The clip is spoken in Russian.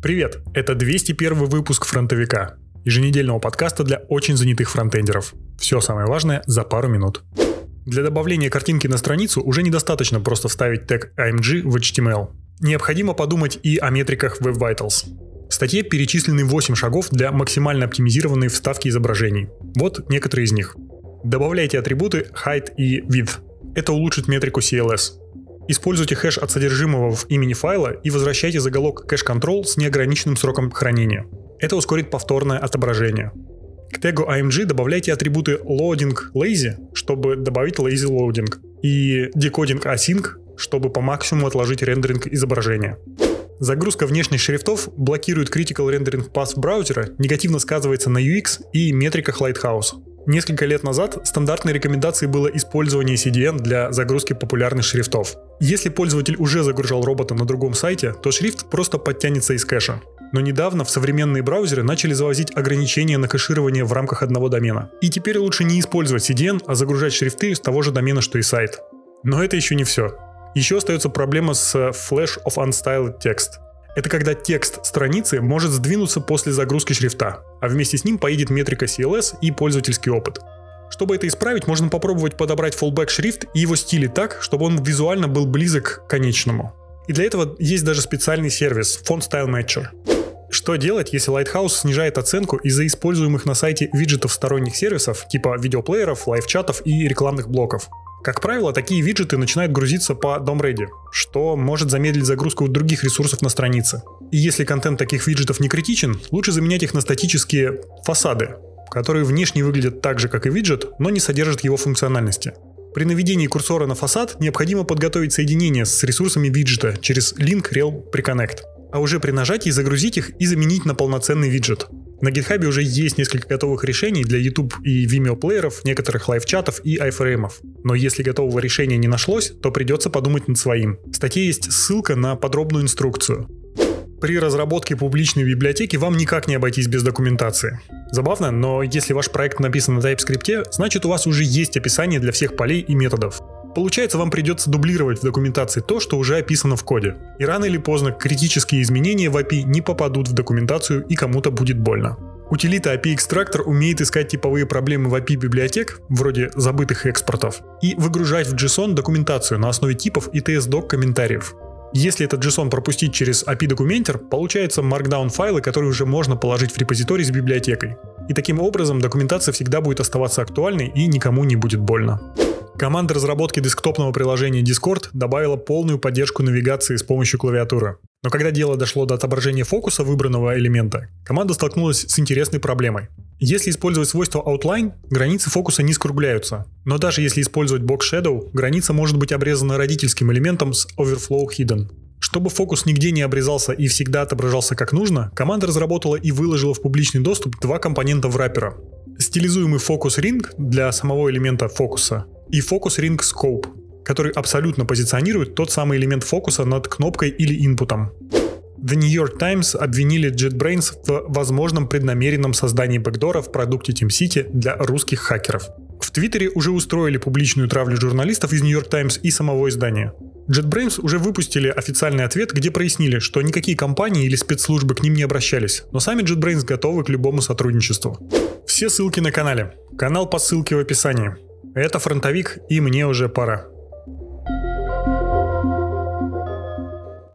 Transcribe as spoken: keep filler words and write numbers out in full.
Привет, это двести первый выпуск «Фронтовика», еженедельного подкаста для очень занятых фронтендеров. Все самое важное за пару минут. Для добавления картинки на страницу уже недостаточно просто вставить тег эй эм джи в эйч ти эм эл. Необходимо подумать и о метриках Web Vitals. В статье перечислены восемь шагов для максимально оптимизированной вставки изображений. Вот некоторые из них. Добавляйте атрибуты height и width. Это улучшит метрику си эл эс. Используйте хэш от содержимого в имени файла и возвращайте заголовок cache-control с неограниченным сроком хранения. Это ускорит повторное отображение. К тегу эй эм джи добавляйте атрибуты loading lazy, чтобы добавить lazy loading, и decoding async, чтобы по максимуму отложить рендеринг изображения. Загрузка внешних шрифтов блокирует critical rendering path браузера, негативно сказывается на ю экс и метриках Lighthouse. Несколько лет назад стандартной рекомендацией было использование си ди эн для загрузки популярных шрифтов. Если пользователь уже загружал робота на другом сайте, то шрифт просто подтянется из кэша. Но недавно в современные браузеры начали завозить ограничения на кэширование в рамках одного домена. И теперь лучше не использовать си ди эн, а загружать шрифты с того же домена, что и сайт. Но это еще не все. Еще остается проблема с Flash of Unstyled Text. Это когда текст страницы может сдвинуться после загрузки шрифта, а вместе с ним поедет метрика си эл эс и пользовательский опыт. Чтобы это исправить, можно попробовать подобрать fallback шрифт и его стили так, чтобы он визуально был близок к конечному. И для этого есть даже специальный сервис Font Style Matcher. Что делать, если Lighthouse снижает оценку из-за используемых на сайте виджетов сторонних сервисов, типа видеоплееров, лайв-чатов и рекламных блоков? Как правило, такие виджеты начинают грузиться по дом-реди, что может замедлить загрузку других ресурсов на странице. И если контент таких виджетов не критичен, лучше заменять их на статические фасады, которые внешне выглядят так же, как и виджет, но не содержат его функциональности. При наведении курсора на фасад необходимо подготовить соединение с ресурсами виджета через link rel preconnect, а уже при нажатии загрузить их и заменить на полноценный виджет. На GitHub уже есть несколько готовых решений для YouTube и Vimeo плееров, некоторых лайв-чатов и айфреймов. Но если готового решения не нашлось, то придется подумать над своим. В статье есть ссылка на подробную инструкцию. При разработке публичной библиотеки вам никак не обойтись без документации. Забавно, но если ваш проект написан на TypeScript, значит у вас уже есть описание для всех полей и методов. Получается, вам придется дублировать в документации то, что уже описано в коде. И рано или поздно критические изменения в эй пи ай не попадут в документацию и кому-то будет больно. Утилита эй пи ай Extractor умеет искать типовые проблемы в эй пи ай библиотек, вроде забытых экспортов, и выгружать в JSON документацию на основе типов и ти эс док комментариев. Если этот JSON пропустить через эй пи ай Documenter, получаются Markdown файлы, которые уже можно положить в репозиторий с библиотекой. И таким образом документация всегда будет оставаться актуальной и никому не будет больно. Команда разработки десктопного приложения Discord добавила полную поддержку навигации с помощью клавиатуры. Но когда дело дошло до отображения фокуса выбранного элемента, команда столкнулась с интересной проблемой. Если использовать свойство Outline, границы фокуса не скругляются. Но даже если использовать Box Shadow, граница может быть обрезана родительским элементом с Overflow Hidden. Чтобы фокус нигде не обрезался и всегда отображался как нужно, команда разработала и выложила в публичный доступ два компонента враппера. Стилизуемый фокус Ring для самого элемента фокуса и фокус Ring Scope, который абсолютно позиционирует тот самый элемент фокуса над кнопкой или инпутом. The New York Times обвинили JetBrains в возможном преднамеренном создании бэкдора в продукте TeamCity для русских хакеров. В Твиттере уже устроили публичную травлю журналистов из New York Times и самого издания. JetBrains уже выпустили официальный ответ, где прояснили, что никакие компании или спецслужбы к ним не обращались, но сами JetBrains готовы к любому сотрудничеству. Все ссылки на канале. Канал по ссылке в описании. Это Фронтовик, и мне уже пора.